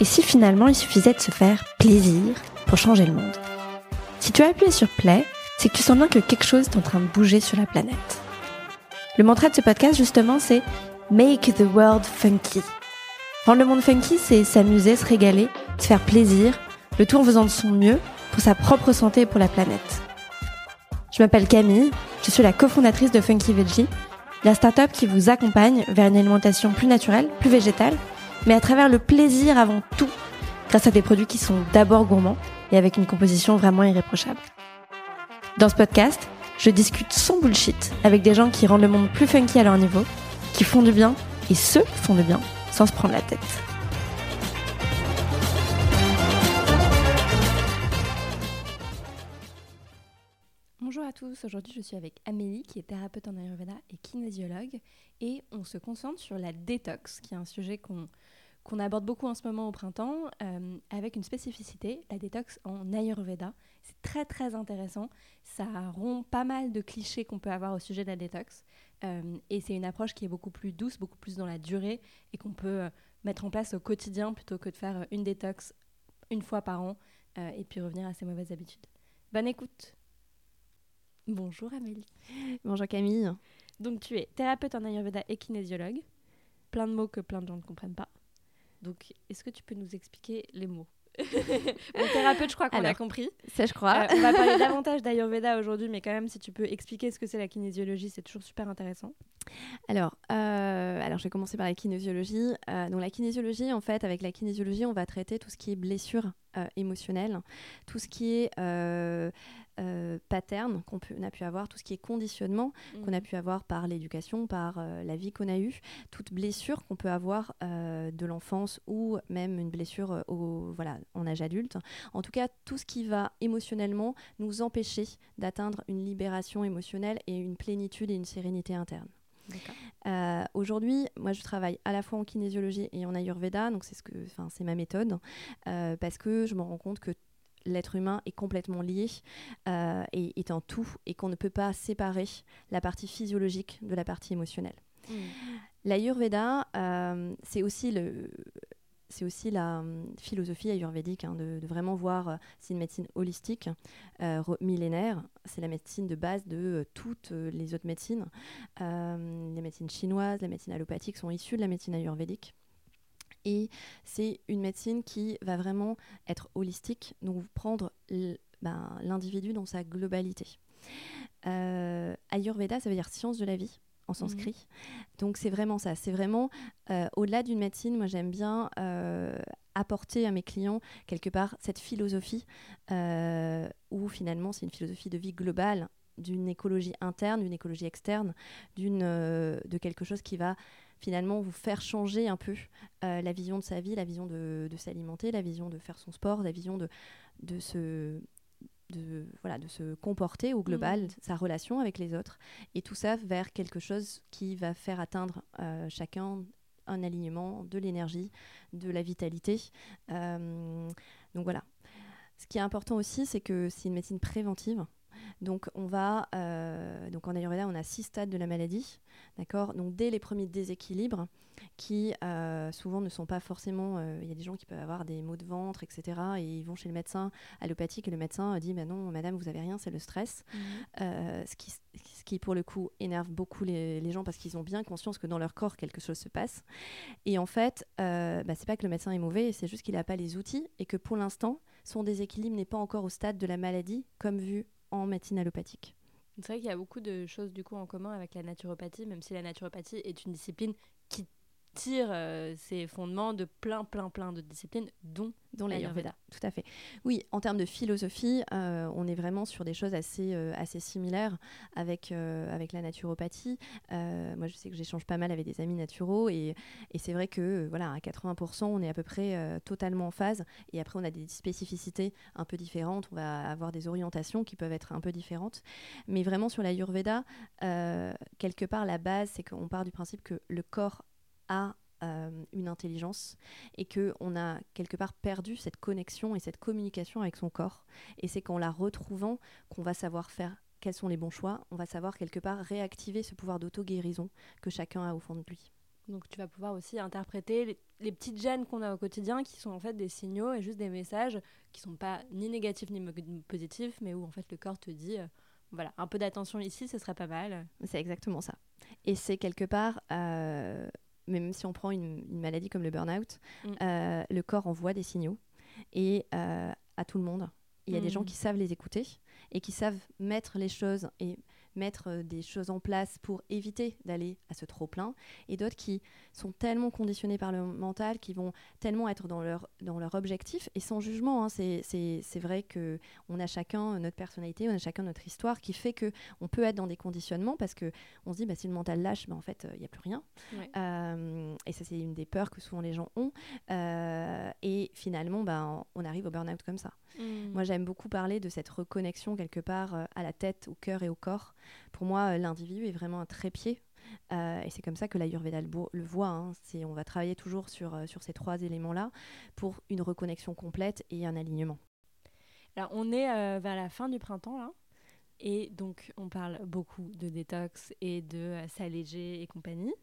Et si finalement il suffisait de se faire plaisir pour changer le monde? Si tu as appuyé sur play, c'est que tu sens bien que quelque chose est en train de bouger sur la planète. Le mantra de ce podcast justement, c'est « Make the world funky ». Rendre le monde funky, c'est s'amuser, se régaler, se faire plaisir, le tout en faisant de son mieux pour sa propre santé et pour la planète. Je m'appelle Camille, je suis la cofondatrice de Funky Veggie, la start-up qui vous accompagne vers une alimentation plus naturelle, plus végétale, mais à travers le plaisir avant tout, grâce à des produits qui sont d'abord gourmands et avec une composition vraiment irréprochable. Dans ce podcast, je discute sans bullshit avec des gens qui rendent le monde plus funky à leur niveau, qui font du bien et ceux qui font du bien sans se prendre la tête. Bonjour à tous, aujourd'hui je suis avec Amélie qui est thérapeute en Ayurveda et kinésiologue et on se concentre sur la détox qui est un sujet qu'on aborde beaucoup en ce moment au printemps avec une spécificité, la détox en Ayurveda. C'est très très intéressant, ça rompt pas mal de clichés qu'on peut avoir au sujet de la détox et c'est une approche qui est beaucoup plus douce, beaucoup plus dans la durée et qu'on peut mettre en place au quotidien plutôt que de faire une détox une fois par an et puis revenir à ses mauvaises habitudes. Bonne écoute. Bonjour Amélie. Bonjour Camille. Donc tu es thérapeute en Ayurveda et kinésiologue, plein de mots que plein de gens ne comprennent pas. Donc est-ce que tu peux nous expliquer les mots? Bon, thérapeute, je crois qu'on a compris. Ça, je crois. On va parler davantage d'Ayurveda aujourd'hui, mais quand même, si tu peux expliquer ce que c'est la kinésiologie, c'est toujours super intéressant. Alors, je vais commencer par la kinésiologie. Donc la kinésiologie, en fait, avec la kinésiologie, on va traiter tout ce qui est blessure émotionnelle, tout ce qui est pattern qu'on a pu avoir, tout ce qui est conditionnement qu'on a pu avoir par l'éducation, par la vie qu'on a eue, toute blessure qu'on peut avoir de l'enfance ou même une blessure en âge adulte. En tout cas, tout ce qui va émotionnellement nous empêcher d'atteindre une libération émotionnelle et une plénitude et une sérénité interne. Aujourd'hui, moi je travaille à la fois en kinésiologie et en Ayurveda, donc c'est ma méthode, parce que je me rends compte que l'être humain est complètement lié et est un tout et qu'on ne peut pas séparer la partie physiologique de la partie émotionnelle. L'Ayurveda, c'est aussi la philosophie ayurvédique, de vraiment voir, c'est une médecine holistique, millénaire, c'est la médecine de base de toutes les autres médecines. Les médecines chinoises, les médecines allopathiques sont issues de la médecine ayurvédique. Et c'est une médecine qui va vraiment être holistique, donc prendre l'individu dans sa globalité. Ayurveda, ça veut dire science de la vie en sanskrit. Donc c'est vraiment ça, c'est vraiment au-delà d'une médecine, moi j'aime bien apporter à mes clients quelque part cette philosophie où finalement c'est une philosophie de vie globale, d'une écologie interne, d'une écologie externe, de quelque chose qui va finalement vous faire changer un peu la vision de sa vie, la vision de s'alimenter, la vision de faire son sport, la vision de se comporter au global, sa relation avec les autres, et tout ça vers quelque chose qui va faire atteindre chacun un alignement, de l'énergie, de la vitalité. Donc voilà. Ce qui est important aussi, c'est que c'est une médecine préventive. Donc en Ayurveda, on a 6 stades de la maladie, d'accord. Donc dès les premiers déséquilibres, qui souvent ne sont pas forcément... Il y a des gens qui peuvent avoir des maux de ventre, etc. Et ils vont chez le médecin allopathique et le médecin dit non, madame, vous avez rien, c'est le stress. Ce qui, pour le coup, énerve beaucoup les gens parce qu'ils ont bien conscience que dans leur corps, quelque chose se passe. Et en fait, c'est pas que le médecin est mauvais, c'est juste qu'il n'a pas les outils et que pour l'instant, son déséquilibre n'est pas encore au stade de la maladie, comme vu en médecine allopathique. C'est vrai qu'il y a beaucoup de choses du coup en commun avec la naturopathie, même si la naturopathie est une discipline qui tire ses fondements de plein de disciplines, dont l'Ayurveda. Tout à fait. Oui, en termes de philosophie, on est vraiment sur des choses assez similaires avec la naturopathie. Moi, je sais que j'échange pas mal avec des amis naturaux et c'est vrai que à 80%, on est à peu près totalement en phase. Et après, on a des spécificités un peu différentes. On va avoir des orientations qui peuvent être un peu différentes. Mais vraiment, sur l'Ayurveda, quelque part, la base, c'est qu'on part du principe que le corps a une intelligence et qu'on a quelque part perdu cette connexion et cette communication avec son corps. Et c'est qu'en la retrouvant qu'on va savoir faire quels sont les bons choix, on va savoir quelque part réactiver ce pouvoir d'auto-guérison que chacun a au fond de lui. Donc tu vas pouvoir aussi interpréter les petites gênes qu'on a au quotidien qui sont en fait des signaux et juste des messages qui sont pas ni négatifs ni positifs, mais où en fait le corps te dit voilà, un peu d'attention ici, ce serait pas mal. C'est exactement ça. Et c'est quelque part, même si on prend une maladie comme le burn-out, le corps envoie des signaux et à tout le monde. Il y a des gens qui savent les écouter et qui savent mettre les choses et mettre des choses en place pour éviter d'aller à ce trop-plein, et d'autres qui sont tellement conditionnés par le mental, qui vont tellement être dans leur objectif, et sans jugement, hein, c'est vrai qu'on a chacun notre personnalité, on a chacun notre histoire, qui fait qu'on peut être dans des conditionnements, parce qu'on se dit, si le mental lâche, en fait, il n'y a plus rien. Ouais. Et ça, c'est une des peurs que souvent les gens ont. Et finalement, on arrive au burn-out comme ça. Moi, j'aime beaucoup parler de cette reconnexion quelque part à la tête, au cœur et au corps. Pour moi, l'individu est vraiment un trépied. Et c'est comme ça que l'Ayurveda le voit. Hein. On va travailler toujours sur ces 3 éléments-là pour une reconnexion complète et un alignement. Alors, on est vers la fin du printemps, là. Et donc, on parle beaucoup de détox et de s'alléger et compagnie.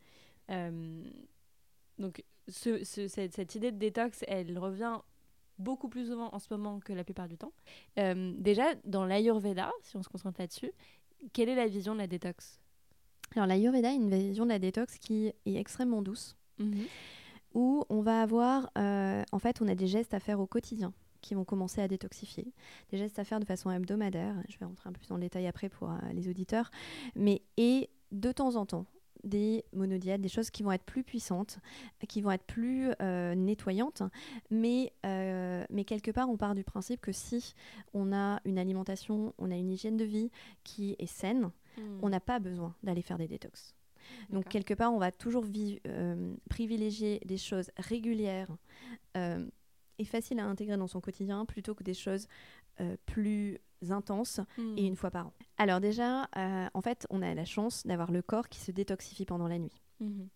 Donc, cette idée de détox, elle revient beaucoup plus souvent en ce moment que la plupart du temps. Déjà, dans l'Ayurveda, si on se concentre là-dessus, quelle est la vision de la détox ? Alors, l'Ayurveda a une vision de la détox qui est extrêmement douce, où on va avoir, en fait, on a des gestes à faire au quotidien qui vont commencer à détoxifier, des gestes à faire de façon hebdomadaire. Je vais rentrer un peu plus dans le détail après pour les auditeurs, et de temps en temps, des monodiètes, des choses qui vont être plus puissantes, qui vont être plus nettoyantes, mais quelque part on part du principe que si on a une alimentation, on a une hygiène de vie qui est saine, on n'a pas besoin d'aller faire des détox. Donc quelque part on va toujours privilégier des choses régulières et faciles à intégrer dans son quotidien plutôt que des choses plus intense et une fois par an. Alors déjà, en fait, on a la chance d'avoir le corps qui se détoxifie pendant la nuit. D'accord ?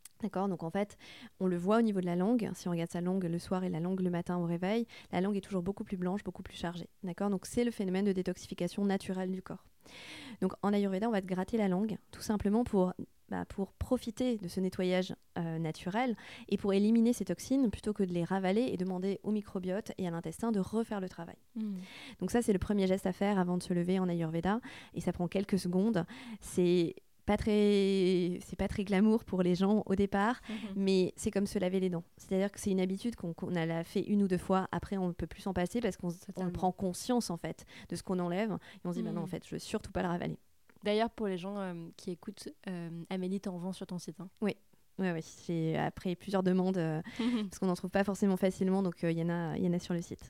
Donc en fait, on le voit au niveau de la langue. Si on regarde sa langue le soir et la langue le matin au réveil, la langue est toujours beaucoup plus blanche, beaucoup plus chargée. D'accord ? Donc c'est le phénomène de détoxification naturelle du corps. Donc en Ayurveda, on va te gratter la langue, tout simplement pour profiter de ce nettoyage naturel et pour éliminer ces toxines plutôt que de les ravaler et demander au microbiote et à l'intestin de refaire le travail. Donc ça, c'est le premier geste à faire avant de se lever en Ayurveda, et ça prend quelques secondes. C'est pas très glamour pour les gens au départ, mais c'est comme se laver les dents. C'est-à-dire que c'est une habitude qu'on a fait 1 ou 2 fois. Après, on ne peut plus s'en passer parce qu'on prend conscience en fait de ce qu'on enlève et on se dit non, en fait, je veux surtout pas le ravaler. D'ailleurs, pour les gens qui écoutent, Amélie t'en vend sur ton site. Hein. Oui. J'ai après plusieurs demandes parce qu'on n'en trouve pas forcément facilement, donc il y en a sur le site.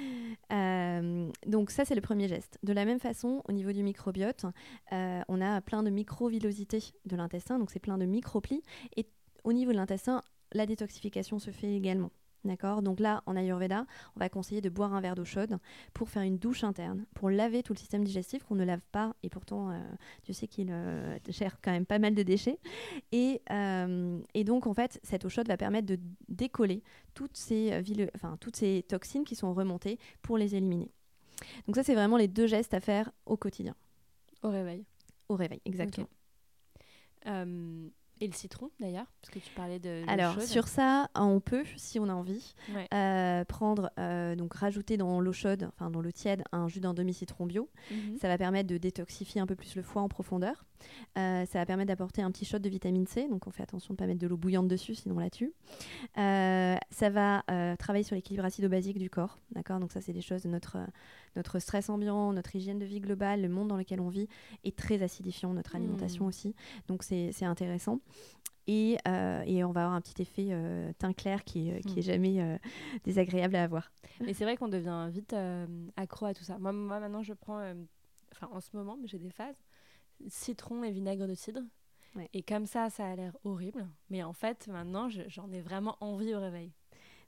Donc ça, c'est le premier geste. De la même façon, au niveau du microbiote, on a plein de microvillosités de l'intestin, donc c'est plein de microplis, et au niveau de l'intestin, la détoxification se fait également. D'accord ? Donc là, en Ayurveda, on va conseiller de boire un verre d'eau chaude pour faire une douche interne, pour laver tout le système digestif qu'on ne lave pas, et pourtant, Dieu sait qu'il gère quand même pas mal de déchets. Et donc, en fait, cette eau chaude va permettre de décoller toutes ces toxines qui sont remontées pour les éliminer. Donc ça, c'est vraiment les 2 gestes à faire au quotidien. Au réveil. Au réveil, exactement. Okay. Et le citron, d'ailleurs, parce que tu parlais de l'eau Alors, chaude. sur ça, on peut, si on a envie, prendre, donc rajouter dans l'eau chaude, enfin dans l'eau tiède, un jus d'un demi-citron bio. Ça va permettre de détoxifier un peu plus le foie en profondeur. Ça va permettre d'apporter un petit shot de vitamine C, donc on fait attention de ne pas mettre de l'eau bouillante dessus, sinon on la tue. Ça va travailler sur l'équilibre acido-basique du corps, d'accord ? Donc ça, c'est des choses de notre stress ambiant, notre hygiène de vie globale, le monde dans lequel on vit est très acidifiant, notre alimentation aussi. Donc c'est intéressant. Et on va avoir un petit effet teint clair qui est jamais désagréable à avoir. Mais c'est vrai qu'on devient vite accro à tout ça. Moi maintenant, je prends, en ce moment, mais j'ai des phases, citron et vinaigre de cidre. Ouais. Et comme ça a l'air horrible. Mais en fait, maintenant, j'en ai vraiment envie au réveil.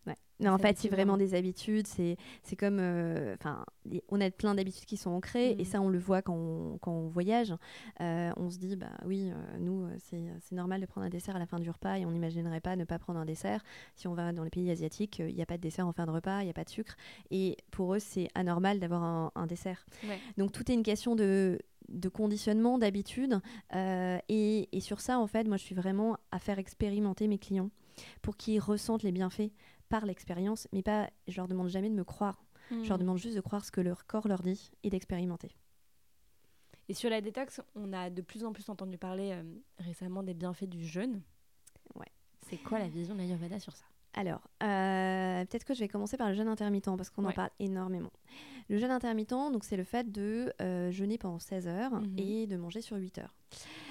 Ouais. Non, en fait, c'est vraiment des habitudes. C'est comme, on a plein d'habitudes qui sont ancrées, et ça, on le voit quand on voyage. On se dit, bah oui, nous, c'est normal de prendre un dessert à la fin du repas, et on n'imaginerait pas ne pas prendre un dessert. Si on va dans les pays asiatiques, il n'y a pas de dessert en fin de repas, il n'y a pas de sucre, et pour eux, c'est anormal d'avoir un dessert. Ouais. Donc, tout est une question de conditionnement, d'habitude, et sur ça, en fait, moi, je suis vraiment à faire expérimenter mes clients pour qu'ils ressentent les bienfaits par l'expérience, mais pas, je leur demande jamais de me croire. Je leur demande juste de croire ce que leur corps leur dit et d'expérimenter. Et sur la détox, on a de plus en plus entendu parler récemment des bienfaits du jeûne. Ouais. C'est quoi la vision de l'Ayurveda sur ça ? Alors, peut-être que je vais commencer par le jeûne intermittent parce qu'on en parle énormément. Le jeûne intermittent, donc, c'est le fait de jeûner pendant 16 heures et de manger sur 8 heures.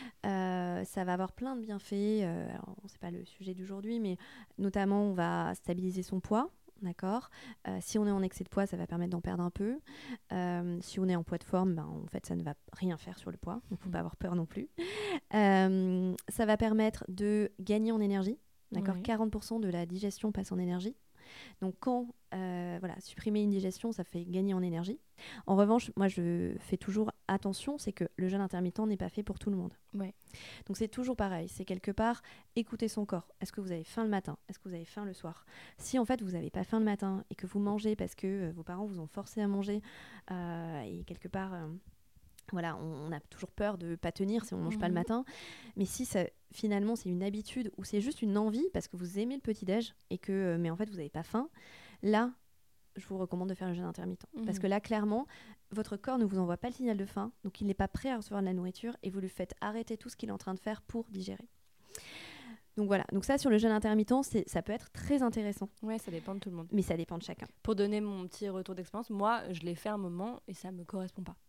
Ça va avoir plein de bienfaits. Alors, c'est pas le sujet d'aujourd'hui, mais notamment, on va stabiliser son poids. D'accord. Si on est en excès de poids, ça va permettre d'en perdre un peu. Si on est en poids de forme, en fait, ça ne va rien faire sur le poids. Donc, il ne faut pas avoir peur non plus. Ça va permettre de gagner en énergie. D'accord. 40% de la digestion passe en énergie. Donc, quand supprimer une digestion, ça fait gagner en énergie. En revanche, moi, je fais toujours attention, c'est que le jeûne intermittent n'est pas fait pour tout le monde. Ouais. Donc, c'est toujours pareil. C'est quelque part écouter son corps. Est-ce que vous avez faim le matin ? Est-ce que vous avez faim le soir ? Si, en fait, vous n'avez pas faim le matin et que vous mangez parce que vos parents vous ont forcé à manger et quelque part... on a toujours peur de ne pas tenir si on ne mange pas le matin. Mais si finalement c'est une habitude ou c'est juste une envie parce que vous aimez le petit-déj et que, mais en fait vous n'avez pas faim, là, je vous recommande de faire le jeûne intermittent. Parce que là, clairement, votre corps ne vous envoie pas le signal de faim, donc il n'est pas prêt à recevoir de la nourriture et vous lui faites arrêter tout ce qu'il est en train de faire pour digérer. Donc voilà, donc ça sur le jeûne intermittent, ça peut être très intéressant. Ouais, ça dépend de tout le monde. Mais ça dépend de chacun. Pour donner mon petit retour d'expérience, moi, je l'ai fait un moment et ça ne me correspond pas.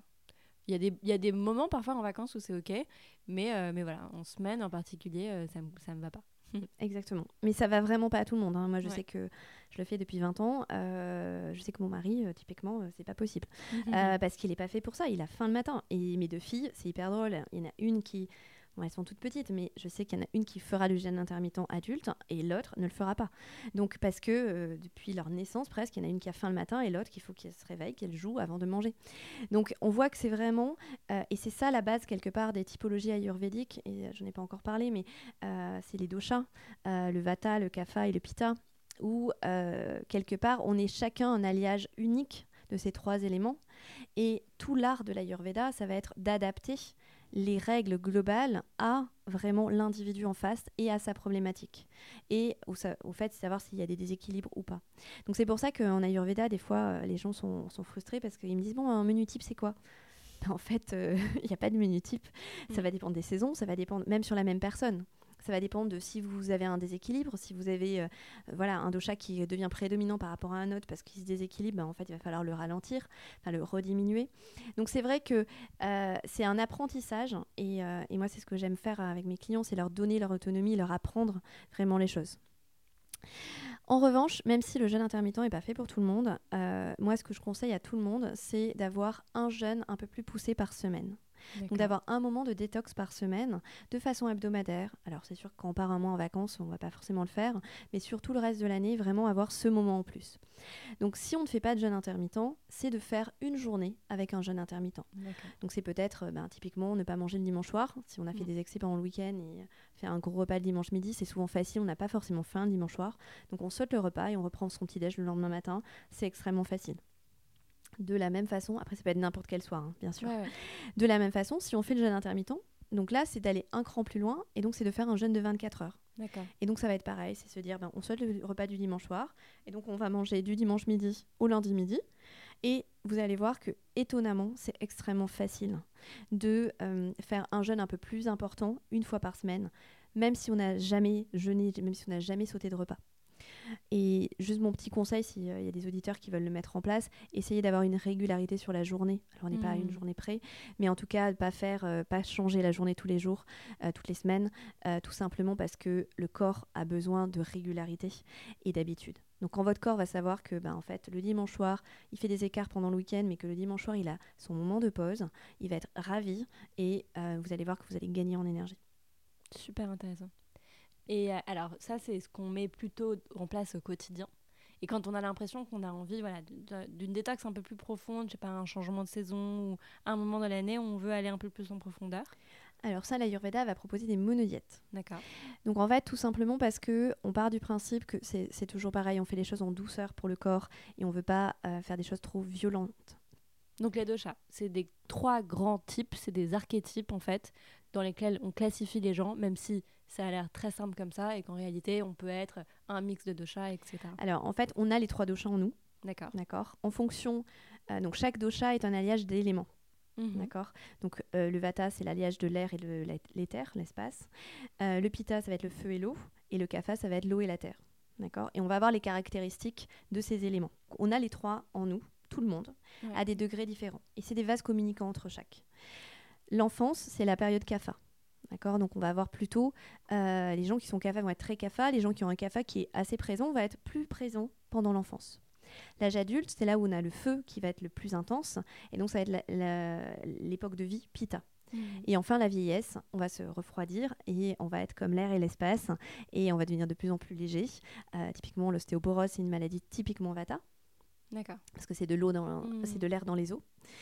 Il y a des moments parfois en vacances où c'est ok, mais voilà, en semaine en particulier, ça me va pas. Exactement. Mais ça va vraiment pas à tout le monde. Hein. Moi, je sais que je le fais depuis 20 ans. Je sais que mon mari, typiquement, c'est pas possible. Parce qu'il est pas fait pour ça. Il a faim le matin. Et mes deux filles, c'est hyper drôle. Il y en a une qui... Bon, elles sont toutes petites, mais je sais qu'il y en a une qui fera le jeûne intermittent adulte et l'autre ne le fera pas. Donc, parce que depuis leur naissance, presque, il y en a une qui a faim le matin et l'autre qu'il faut qu'elle se réveille, qu'elle joue avant de manger. Donc, on voit que c'est vraiment... et c'est ça la base, quelque part, des typologies ayurvédiques. Et je n'ai pas encore parlé, mais c'est les doshas, le vata, le kapha et le pitta, où, quelque part, on est chacun un alliage unique de ces trois éléments. Et tout l'art de l'Ayurveda, ça va être d'adapter les règles globales à vraiment l'individu en face et à sa problématique. Et au fait, savoir s'il y a des déséquilibres ou pas. Donc c'est pour ça qu'en Ayurveda, des fois, les gens sont frustrés parce qu'ils me disent « Bon, un menu type, c'est quoi ?» En fait, il n'y a pas de menu type. Ça va dépendre des saisons, ça va dépendre même sur la même personne. Ça va dépendre de si vous avez un déséquilibre, si vous avez un dosha qui devient prédominant par rapport à un autre parce qu'il se déséquilibre, en fait, il va falloir le ralentir, le rediminuer. Donc, c'est vrai que c'est un apprentissage et moi, c'est ce que j'aime faire avec mes clients, c'est leur donner leur autonomie, leur apprendre vraiment les choses. En revanche, même si le jeûne intermittent n'est pas fait pour tout le monde, moi, ce que je conseille à tout le monde, c'est d'avoir un jeûne un peu plus poussé par semaine. D'accord. Donc d'avoir un moment de détox par semaine de façon hebdomadaire. Alors c'est sûr que quand on part un mois en vacances, on ne va pas forcément le faire, mais sur tout le reste de l'année, vraiment avoir ce moment en plus. Donc si on ne fait pas de jeûne intermittent, c'est de faire une journée avec un jeûne intermittent. D'accord. Donc c'est peut-être typiquement ne pas manger le dimanche soir, si on a fait des excès pendant le week-end et faire un gros repas le dimanche midi, c'est souvent facile, on n'a pas forcément faim le dimanche soir. Donc on saute le repas et on reprend son petit-déj le lendemain matin, c'est extrêmement facile. De la même façon, après ça peut être n'importe quel soir, hein, bien sûr. Ouais. De la même façon, si on fait le jeûne intermittent, donc là c'est d'aller un cran plus loin et donc c'est de faire un jeûne de 24 heures. D'accord. Et donc ça va être pareil, c'est se dire on saute le repas du dimanche soir et donc on va manger du dimanche midi au lundi midi et vous allez voir que étonnamment c'est extrêmement facile de faire un jeûne un peu plus important une fois par semaine, même si on n'a jamais jeûné, même si on n'a jamais sauté de repas. Et juste mon petit conseil, s'il y a des auditeurs qui veulent le mettre en place, essayez d'avoir une régularité sur la journée. Alors on n'est pas à une journée près, mais en tout cas pas changer la journée tous les jours, toutes les semaines, tout simplement parce que le corps a besoin de régularité et d'habitude. Donc quand votre corps va savoir que en fait, le dimanche soir, il fait des écarts pendant le week-end, mais que le dimanche soir, il a son moment de pause, il va être ravi et vous allez voir que vous allez gagner en énergie. Super intéressant. Et alors, ça, c'est ce qu'on met plutôt en place au quotidien. Et quand on a l'impression qu'on a envie d'une détox un peu plus profonde, je sais pas, un changement de saison ou un moment de l'année où on veut aller un peu plus en profondeur. Alors ça, l'Ayurveda va proposer des monodiètes. D'accord. Donc en fait, tout simplement parce qu'on part du principe que c'est toujours pareil, on fait les choses en douceur pour le corps et on ne veut pas faire des choses trop violentes. Donc les doshas, c'est des 3 grands types, c'est des archétypes en fait, dans lesquels on classifie les gens, même si ça a l'air très simple comme ça et qu'en réalité, on peut être un mix de doshas, etc. Alors en fait, on a les 3 doshas en nous. D'accord. En fonction, donc chaque dosha est un alliage d'éléments. D'accord. Donc le vata, c'est l'alliage de l'air et de l'éther, l'espace. Le pitta, ça va être le feu et l'eau. Et le kapha, ça va être l'eau et la terre. D'accord. Et on va avoir les caractéristiques de ces éléments. On a les 3 en nous, tout le monde, à des degrés différents. Et c'est des vases communicants entre chaque. L'enfance, c'est la période kapha. D'accord. Donc on va avoir plutôt les gens qui sont kapha vont être très kapha. Les gens qui ont un kapha qui est assez présent vont être plus présents pendant l'enfance. L'âge adulte, c'est là où on a le feu qui va être le plus intense. Et donc ça va être l'époque de vie pitta. Et enfin, la vieillesse, on va se refroidir et on va être comme l'air et l'espace et on va devenir de plus en plus léger. Typiquement, l'ostéoporose, c'est une maladie typiquement vata. D'accord. Parce que c'est de l'eau c'est de l'air dans les os.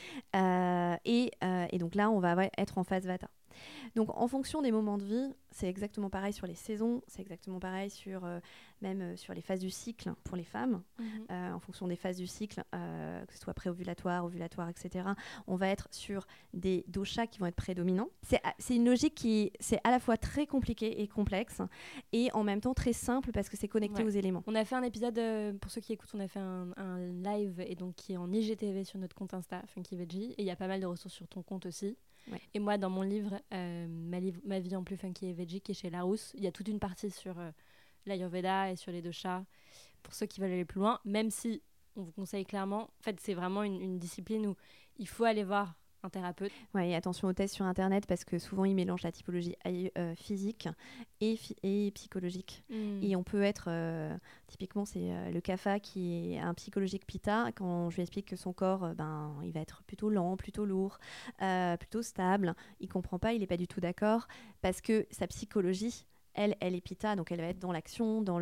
Et donc là, on va être en phase vata. Donc en fonction des moments de vie, c'est exactement pareil sur les saisons, c'est exactement pareil même sur les phases du cycle pour les femmes. En fonction des phases du cycle, que ce soit préovulatoire, ovulatoire, etc., on va être sur des doshas qui vont être prédominants. C'est une logique c'est à la fois très compliquée et complexe et en même temps très simple parce que c'est connecté aux éléments. On a fait un épisode, pour ceux qui écoutent, on a fait un live et donc qui est en IGTV sur notre compte Insta, Funky Veggie, et il y a pas mal de ressources sur ton compte aussi. Ouais. Et moi, dans mon livre, ma vie en plus funky et veggie, qui est chez Larousse, il y a toute une partie sur l'Ayurveda et sur les doshas, pour ceux qui veulent aller plus loin, même si on vous conseille clairement, en fait, c'est vraiment une discipline où il faut aller voir un thérapeute. Ouais, et attention aux tests sur Internet parce que souvent, ils mélangent la typologie physique et psychologique. Et on peut être... typiquement, c'est le kapha qui est un psychologique pitta. Quand je lui explique que son corps, il va être plutôt lent, plutôt lourd, plutôt stable, il comprend pas, il n'est pas du tout d'accord parce que sa psychologie... Elle est pitta, donc elle va être dans l'action, dans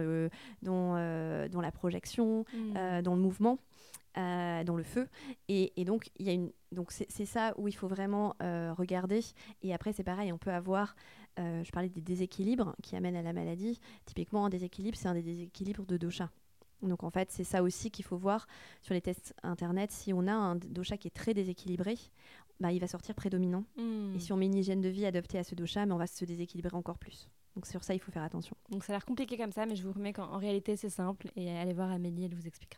la projection, dans le mouvement, dans le feu. Et donc, donc c'est ça où il faut vraiment regarder. Et après, c'est pareil, on peut avoir... je parlais des déséquilibres qui amènent à la maladie. Typiquement, un déséquilibre, c'est un des déséquilibres de dosha. Donc en fait, c'est ça aussi qu'il faut voir sur les tests Internet. Si on a un dosha qui est très déséquilibré, il va sortir prédominant. Et si on met une hygiène de vie adaptée à ce dosha, on va se déséquilibrer encore plus. Donc sur ça, il faut faire attention. Donc ça a l'air compliqué comme ça, mais je vous remets qu'en réalité, c'est simple. Et allez voir Amélie, elle vous expliquera.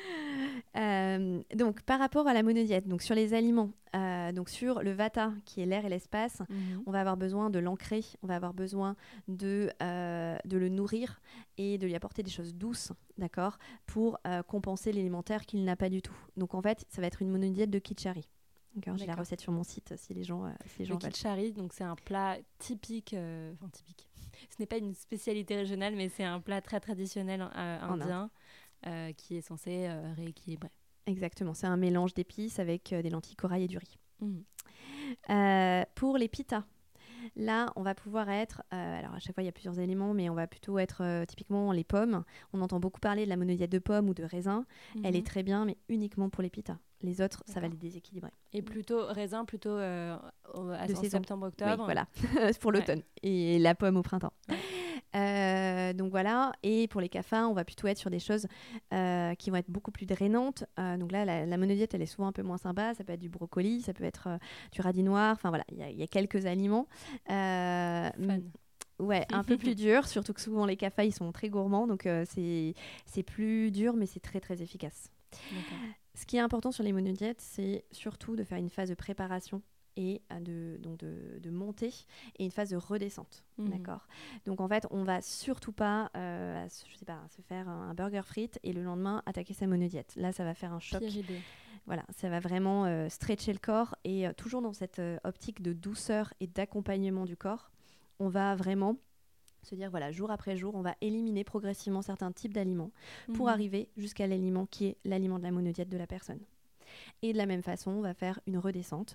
Donc par rapport à la monodiète, donc sur les aliments, donc sur le vata qui est l'air et l'espace, on va avoir besoin de l'ancrer, on va avoir besoin de le nourrir et de lui apporter des choses douces, d'accord, pour compenser l'élémentaire qu'il n'a pas du tout. Donc en fait, ça va être une monodiète de Khichari. J'ai la recette sur mon site si les gens le Khichari, donc c'est un plat typique, typique. Ce n'est pas une spécialité régionale, mais c'est un plat très traditionnel indien. Qui est censé rééquilibrer. Exactement, c'est un mélange d'épices avec des lentilles corail et du riz. Pour les pittas, là, on va pouvoir être... alors, à chaque fois, il y a plusieurs éléments, mais on va plutôt être typiquement les pommes. On entend beaucoup parler de la monodiète de pommes ou de raisin. Elle est très bien, mais uniquement pour les pittas. Les autres, ça va les déséquilibrer. Et plutôt raisin, plutôt en septembre-octobre. Oui, voilà, pour l'automne. Et la pomme au printemps. Donc voilà, et pour les kaphas, on va plutôt être sur des choses qui vont être beaucoup plus drainantes. Donc là, la monodiète, elle est souvent un peu moins sympa. Ça peut être du brocoli, ça peut être du radis noir. Enfin voilà, il y a quelques aliments. Fun. Ouais, un peu plus dur, surtout que souvent les kaphas, ils sont très gourmands. Donc c'est plus dur, mais c'est très très efficace. D'accord. Ce qui est important sur les monodiètes, c'est surtout de faire une phase de préparation et de montée et une phase de redescente. D'accord. Donc en fait, on va surtout pas, se faire un burger frites et le lendemain attaquer sa monodiète. Là, ça va faire un choc. Pire idée. Voilà, ça va vraiment stretcher le corps et toujours dans cette optique de douceur et d'accompagnement du corps, on va vraiment se dire, voilà, jour après jour, on va éliminer progressivement certains types d'aliments pour arriver jusqu'à l'aliment qui est l'aliment de la monodiète de la personne. Et de la même façon, on va faire une redescente,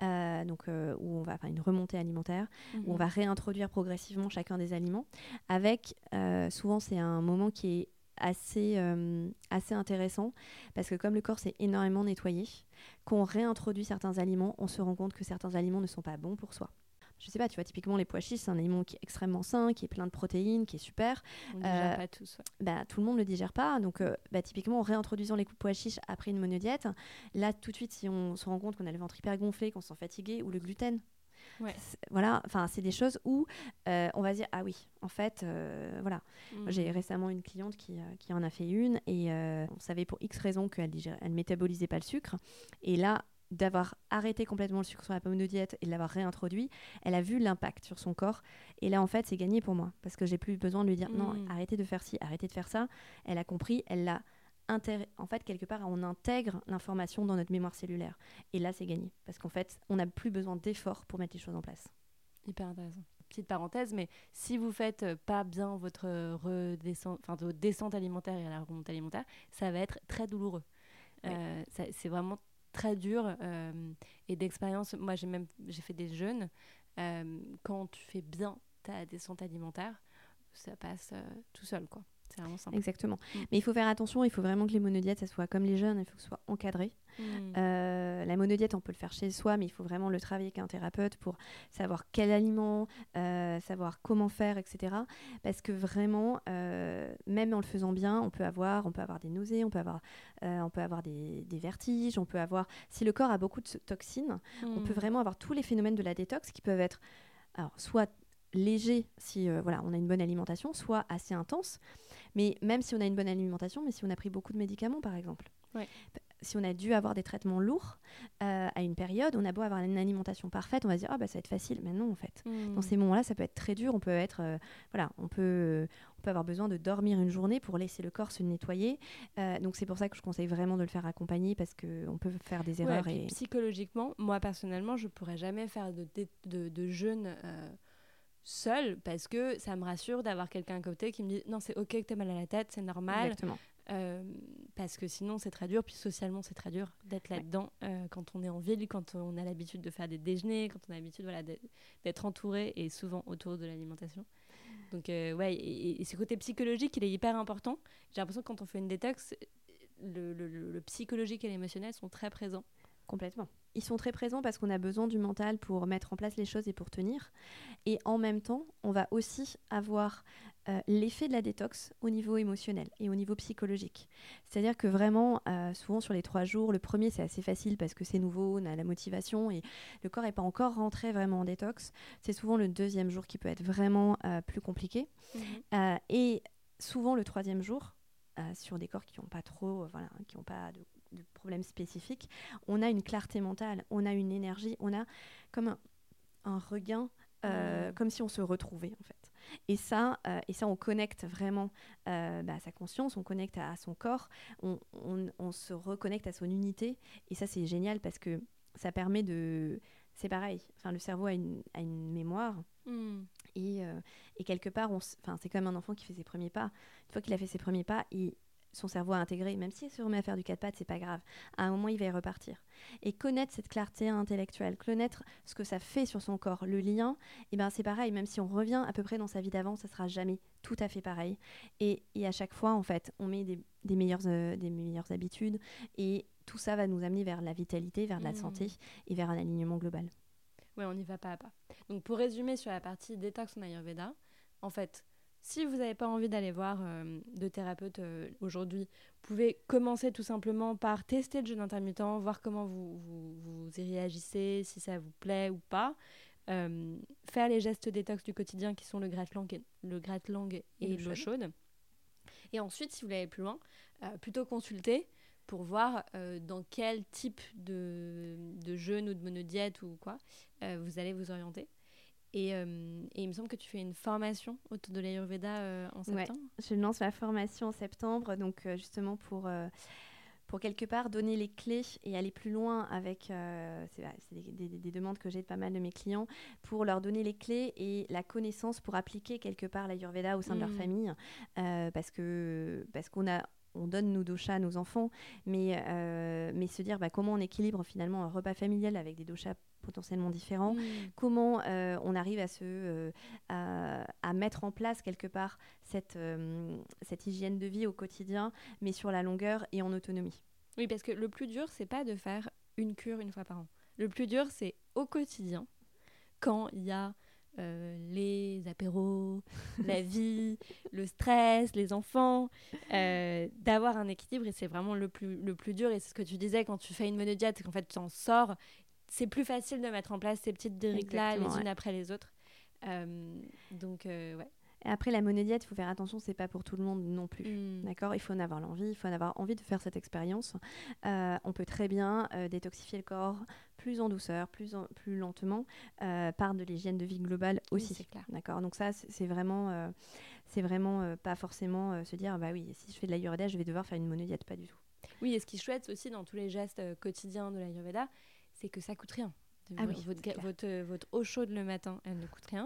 où on va faire une remontée alimentaire, où on va réintroduire progressivement chacun des aliments. Avec, souvent, c'est un moment qui est assez intéressant, parce que comme le corps s'est énormément nettoyé, quand on réintroduit certains aliments, on se rend compte que certains aliments ne sont pas bons pour soi. Je sais pas, tu vois, typiquement les pois chiches, c'est un aliment qui est extrêmement sain, qui est plein de protéines, qui est super. On ne digère pas tous. Ouais. Tout le monde ne le digère pas. Donc, typiquement, en réintroduisant les pois chiches après une monodiète, là, tout de suite, si on se rend compte qu'on a le ventre hyper gonflé, qu'on se sent fatigué, ou le gluten. Ouais. Voilà, enfin, c'est des choses où on va se dire, ah oui, en fait, voilà. J'ai récemment une cliente qui en a fait une, et on savait pour X raisons qu'elle métabolisait pas le sucre. Et là, d'avoir arrêté complètement le sucre sur la monodiète et de l'avoir réintroduit, elle a vu l'impact sur son corps. Et là, en fait, c'est gagné pour moi, parce que j'ai plus besoin de lui dire, non, arrêtez de faire ci, arrêtez de faire ça. Elle a compris, elle l'a en fait, quelque part, on intègre l'information dans notre mémoire cellulaire. Et là, c'est gagné. Parce qu'en fait, on n'a plus besoin d'efforts pour mettre les choses en place. Hyper intéressant. Petite parenthèse, mais si vous faites pas bien votre descente alimentaire et la remontée alimentaire, ça va être très douloureux. Oui. C'est vraiment très dur. Et d'expérience, moi, j'ai fait des jeûnes. Quand tu fais bien ta descente alimentaire, ça passe tout seul, quoi. C'est vraiment simple. Exactement. Mais il faut faire attention, il faut vraiment que les monodiètes, ça soit comme les jeûnes, il faut que ce soit encadré. La monodiète, on peut le faire chez soi, mais il faut vraiment le travailler avec un thérapeute pour savoir quel aliment, savoir comment faire, etc. Parce que vraiment, même en le faisant bien, on peut avoir des nausées, on peut avoir des vertiges, on peut avoir... Si le corps a beaucoup de toxines, on peut vraiment avoir tous les phénomènes de la détox qui peuvent être soit légers si on a une bonne alimentation, soit assez intenses. Mais même si on a une bonne alimentation, mais si on a pris beaucoup de médicaments, par exemple. Ouais. Si on a dû avoir des traitements lourds à une période, on a beau avoir une alimentation parfaite, on va se dire ça va être facile. Mais non, en fait. Dans ces moments-là, ça peut être très dur. On peut être, on peut avoir besoin de dormir une journée pour laisser le corps se nettoyer. Donc c'est pour ça que je conseille vraiment de le faire accompagner, parce qu'on peut faire des erreurs. Et psychologiquement, moi personnellement, je pourrais jamais faire de jeûne seule, parce que ça me rassure d'avoir quelqu'un à côté qui me dit non, c'est ok que t'aies mal à la tête, c'est normal. Exactement. Parce que sinon c'est très dur, puis socialement c'est très dur d'être là-dedans quand on est en ville, quand on a l'habitude de faire des déjeuners, quand on a l'habitude d'être entouré et souvent autour de l'alimentation. Donc et ce côté psychologique, il est hyper important. J'ai l'impression que quand on fait une détox, le psychologique et l'émotionnel sont très présents. Complètement. Ils sont très présents parce qu'on a besoin du mental pour mettre en place les choses et pour tenir. Et en même temps, on va aussi avoir l'effet de la détox au niveau émotionnel et au niveau psychologique. C'est-à-dire que vraiment, souvent sur les 3 jours, le premier c'est assez facile parce que c'est nouveau, on a la motivation et le corps n'est pas encore rentré vraiment en détox. C'est souvent le 2e jour qui peut être vraiment plus compliqué. Et souvent le 3e jour, sur des corps qui n'ont pas trop, qui n'ont pas de problèmes spécifiques, on a une clarté mentale, on a une énergie, on a comme un regain, comme si on se retrouvait en fait. Et ça, on connecte vraiment à sa conscience, on connecte à son corps, on se reconnecte à son unité. Et ça, c'est génial parce que ça permet de... C'est pareil, le cerveau a une mémoire. Et quelque part, c'est comme un enfant qui fait ses premiers pas. Une fois qu'il a fait ses premiers pas, son cerveau a intégré, même s'il se remet à faire du 4 pattes, c'est pas grave. À un moment, il va y repartir. Et connaître cette clarté intellectuelle, connaître ce que ça fait sur son corps, le lien, c'est pareil. Même si on revient à peu près dans sa vie d'avant, ça sera jamais tout à fait pareil. Et à chaque fois, en fait, on met des meilleures habitudes. Et tout ça va nous amener vers la vitalité, vers de la santé et vers un alignement global. Ouais, on y va pas à pas. Donc, pour résumer sur la partie détox en Ayurveda, en fait, si vous n'avez pas envie d'aller voir de thérapeute aujourd'hui, vous pouvez commencer tout simplement par tester le jeûne intermittent, voir comment vous y réagissez, si ça vous plaît ou pas. Faire les gestes détox du quotidien qui sont le gratte-langue et l'eau chaude. Et ensuite, si vous voulez aller plus loin, plutôt consulter pour voir dans quel type de jeûne ou de monodiète ou quoi vous allez vous orienter. Et il me semble que tu fais une formation autour de l'Ayurveda en septembre. Ouais, je lance ma formation en septembre, donc justement pour quelque part donner les clés et aller plus loin avec c'est des demandes que j'ai de pas mal de mes clients, pour leur donner les clés et la connaissance pour appliquer quelque part l'Ayurveda au sein de leur famille, parce qu'on a on donne nos doshas à nos enfants, mais se dire comment on équilibre finalement un repas familial avec des doshas potentiellement différents, comment on arrive à mettre en place quelque part cette hygiène de vie au quotidien, mais sur la longueur et en autonomie. Oui, parce que le plus dur, c'est pas de faire une cure une fois par an. Le plus dur, c'est au quotidien, quand il y a les apéros, la vie, le stress, les enfants, d'avoir un équilibre, et c'est vraiment le plus dur. Et c'est ce que tu disais quand tu fais une monodiète, c'est qu'en fait tu en sors, c'est plus facile de mettre en place ces petites briques-là les unes après les autres. Donc ouais. Et après, la monodiète, il faut faire attention, c'est pas pour tout le monde non plus. D'accord ? Il faut en avoir l'envie, il faut en avoir envie de faire cette expérience. On peut très bien détoxifier le corps plus en douceur, plus lentement, par de l'hygiène de vie globale aussi. Oui, c'est clair. D'accord ? Donc ça, c'est vraiment pas forcément se dire, bah oui, si je fais de l'Ayurveda, je vais devoir faire une monodiète, pas du tout. Oui, et ce qui est chouette aussi dans tous les gestes quotidiens de l'Ayurveda, c'est que ça coûte rien. Votre eau chaude le matin, elle ne coûte rien.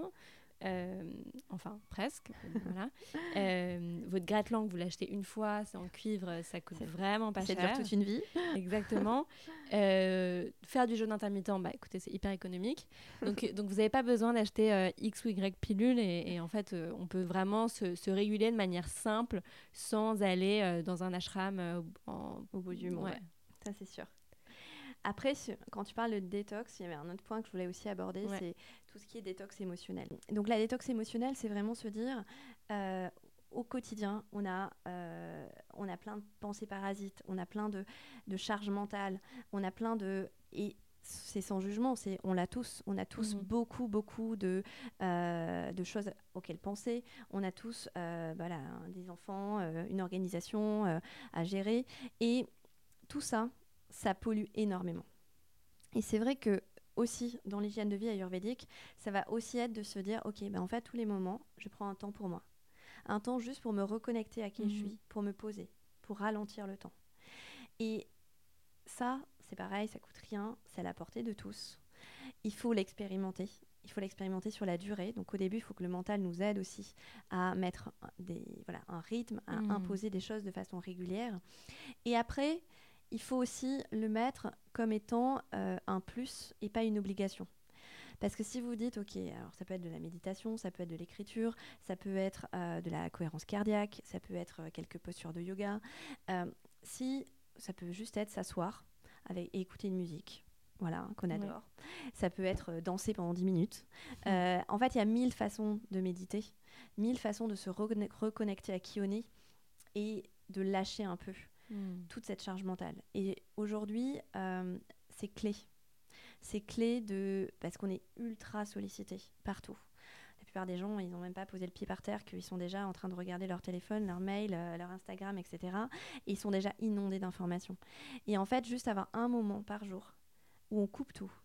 Enfin, presque. Voilà. Votre gratte-langue, vous l'achetez une fois, c'est en cuivre, ça coûte vraiment pas cher. Ça dure toute une vie. Exactement. Faire du jeûne intermittent, écoutez, c'est hyper économique. Donc vous n'avez pas besoin d'acheter X ou Y pilules, et en fait, on peut vraiment se réguler de manière simple sans aller dans un ashram au bout du monde. Ouais. Ça, c'est sûr. Après, quand tu parles de détox, il y avait un autre point que je voulais aussi aborder, c'est tout ce qui est détox émotionnel. Donc la détox émotionnelle, c'est vraiment se dire, au quotidien, on a plein de pensées parasites, on a plein de charges mentales, on a plein de... Et c'est sans jugement, on a tous beaucoup de choses auxquelles penser. On a tous des enfants, une organisation à gérer. Et tout ça, ça pollue énormément. Et c'est vrai que aussi, dans l'hygiène de vie ayurvédique, ça va aussi être de se dire, ok, en fait, tous les moments, je prends un temps pour moi. Un temps juste pour me reconnecter à qui je suis, pour me poser, pour ralentir le temps. Et ça, c'est pareil, ça coûte rien, c'est à la portée de tous. Il faut l'expérimenter. Il faut l'expérimenter sur la durée. Donc au début, il faut que le mental nous aide aussi à mettre un rythme, à imposer des choses de façon régulière. Et après, il faut aussi le mettre comme étant un plus et pas une obligation. Parce que si vous dites, ok, alors ça peut être de la méditation, ça peut être de l'écriture, ça peut être de la cohérence cardiaque, ça peut être quelques postures de yoga, si ça peut juste être s'asseoir et écouter une musique, voilà, qu'on adore. Ouais. Ça peut être danser pendant 10 minutes. En fait, il y a 1000 façons de méditer, 1000 façons de se reconnecter à qui on est et de lâcher un peu toute cette charge mentale. Et aujourd'hui, c'est clé. C'est clé parce qu'on est ultra sollicité partout. La plupart des gens, ils n'ont même pas posé le pied par terre, qu'ils sont déjà en train de regarder leur téléphone, leur mail, leur Instagram, etc. Et ils sont déjà inondés d'informations. Et en fait, juste avoir un moment par jour où on coupe tout.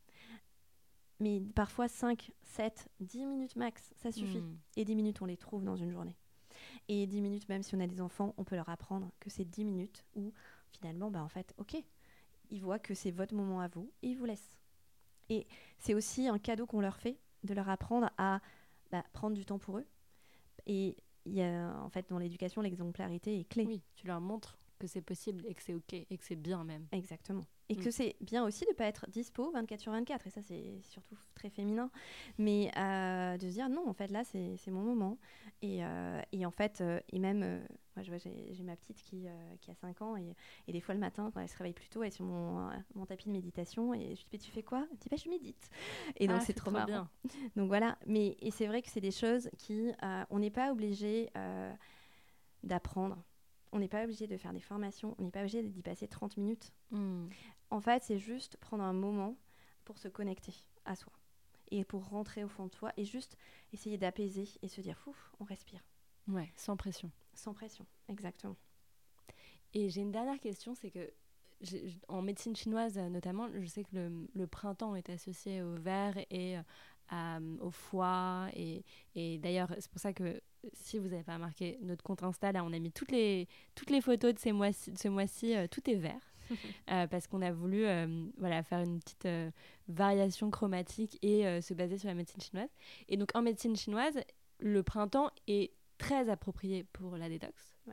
Mais parfois 5, 7, 10 minutes max, ça suffit. Et 10 minutes, on les trouve dans une journée. Et 10 minutes, même si on a des enfants, on peut leur apprendre que c'est 10 minutes où finalement, en fait, ok, ils voient que c'est votre moment à vous et ils vous laissent. Et c'est aussi un cadeau qu'on leur fait de leur apprendre à prendre du temps pour eux. Et il y a, en fait, dans l'éducation, l'exemplarité est clé. Oui, tu leur montres que c'est possible et que c'est ok et que c'est bien même. Exactement. Et que c'est bien aussi de ne pas être dispo 24/24. Et ça, c'est surtout très féminin. Mais de se dire, non, en fait, là, c'est mon moment. Et en fait, et même, moi, je vois, j'ai ma petite qui a 5 ans. Et des fois, le matin, quand elle se réveille plus tôt, elle est sur mon tapis de méditation. Et je lui dis, tu fais quoi ? Elle me dit, je médite. Et donc, c'est trop marrant. Bien. Donc, voilà. Et c'est vrai que c'est des choses qui... on n'est pas obligé d'apprendre. On n'est pas obligé de faire des formations, on n'est pas obligé d'y passer 30 minutes. En fait, c'est juste prendre un moment pour se connecter à soi et pour rentrer au fond de soi et juste essayer d'apaiser et se dire, on respire. Ouais, sans pression. Sans pression, exactement. Et j'ai une dernière question, c'est que en médecine chinoise notamment, je sais que le printemps est associé au ver et au foie. Et d'ailleurs, c'est pour ça que si vous n'avez pas remarqué, notre compte Insta, là, on a mis toutes les photos de ce mois-ci, tout est vert. Parce qu'on a voulu faire une petite variation chromatique et se baser sur la médecine chinoise. Et donc, en médecine chinoise, le printemps est très approprié pour la détox. Ouais.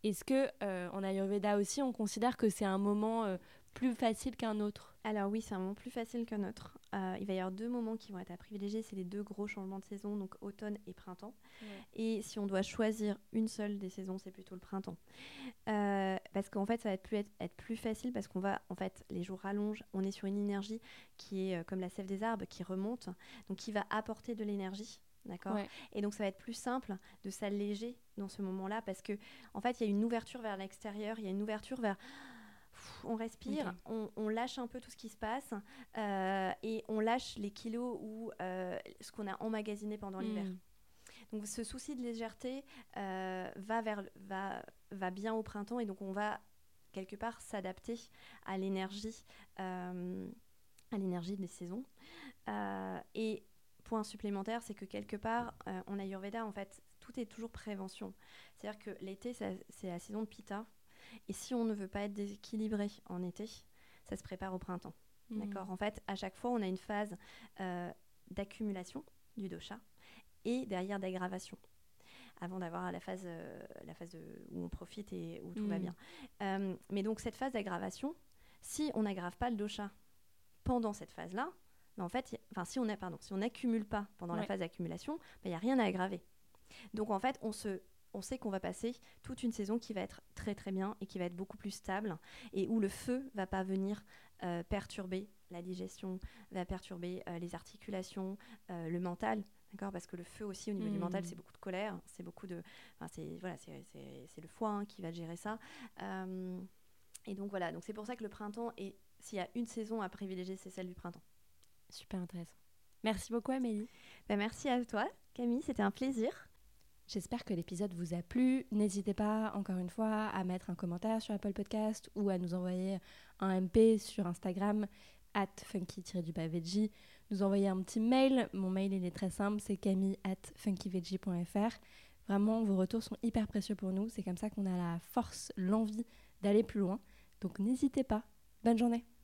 Est-ce que en Ayurveda aussi, on considère que c'est un moment plus facile qu'un autre? Alors oui, c'est un moment plus facile qu'un autre. Il va y avoir 2 moments qui vont être à privilégier, c'est les 2 gros changements de saison, donc automne et printemps. Ouais. Et si on doit choisir une seule des saisons, c'est plutôt le printemps. Parce qu'en fait, ça va être plus facile parce qu'on va, en fait, les jours rallongent, on est sur une énergie qui est comme la sève des arbres, qui remonte, donc qui va apporter de l'énergie. D'accord. Ouais. Et donc, ça va être plus simple de s'alléger dans ce moment-là parce que, en fait, il y a une ouverture vers l'extérieur, il y a une ouverture vers. On respire, on lâche un peu tout ce qui se passe et on lâche les kilos ou ce qu'on a emmagasiné pendant l'hiver. Donc, ce souci de légèreté va bien au printemps et donc on va quelque part s'adapter à l'énergie des saisons. Et point supplémentaire, c'est que quelque part, en Ayurveda, en fait, tout est toujours prévention. C'est-à-dire que l'été, c'est la saison de Pitta. Et si on ne veut pas être déséquilibré en été, ça se prépare au printemps. D'accord. En fait, à chaque fois, on a une phase d'accumulation du dosha et derrière d'aggravation, avant d'avoir la phase où on profite et où tout va bien. Mais donc, cette phase d'aggravation, si on n'aggrave pas le dosha pendant cette phase-là, en fait, si on n'accumule pas pendant la phase d'accumulation, il n'y a rien à aggraver. Donc, en fait, on sait qu'on va passer toute une saison qui va être très très bien et qui va être beaucoup plus stable et où le feu va pas venir perturber la digestion, va perturber les articulations, le mental, d'accord, parce que le feu aussi au niveau du mental, c'est beaucoup de colère, c'est beaucoup de, c'est le foie qui va gérer ça. Et donc voilà, donc c'est pour ça que le printemps, et s'il y a une saison à privilégier, c'est celle du printemps. Super intéressant. Merci beaucoup Amélie. Merci à toi Camille, c'était un plaisir. J'espère que l'épisode vous a plu. N'hésitez pas, encore une fois, à mettre un commentaire sur Apple Podcast ou à nous envoyer un MP sur Instagram @funky-veggie. Nous envoyer un petit mail. Mon mail, il est très simple, c'est camille@funkyveggie.fr. Vraiment, vos retours sont hyper précieux pour nous. C'est comme ça qu'on a la force, l'envie d'aller plus loin. Donc n'hésitez pas. Bonne journée.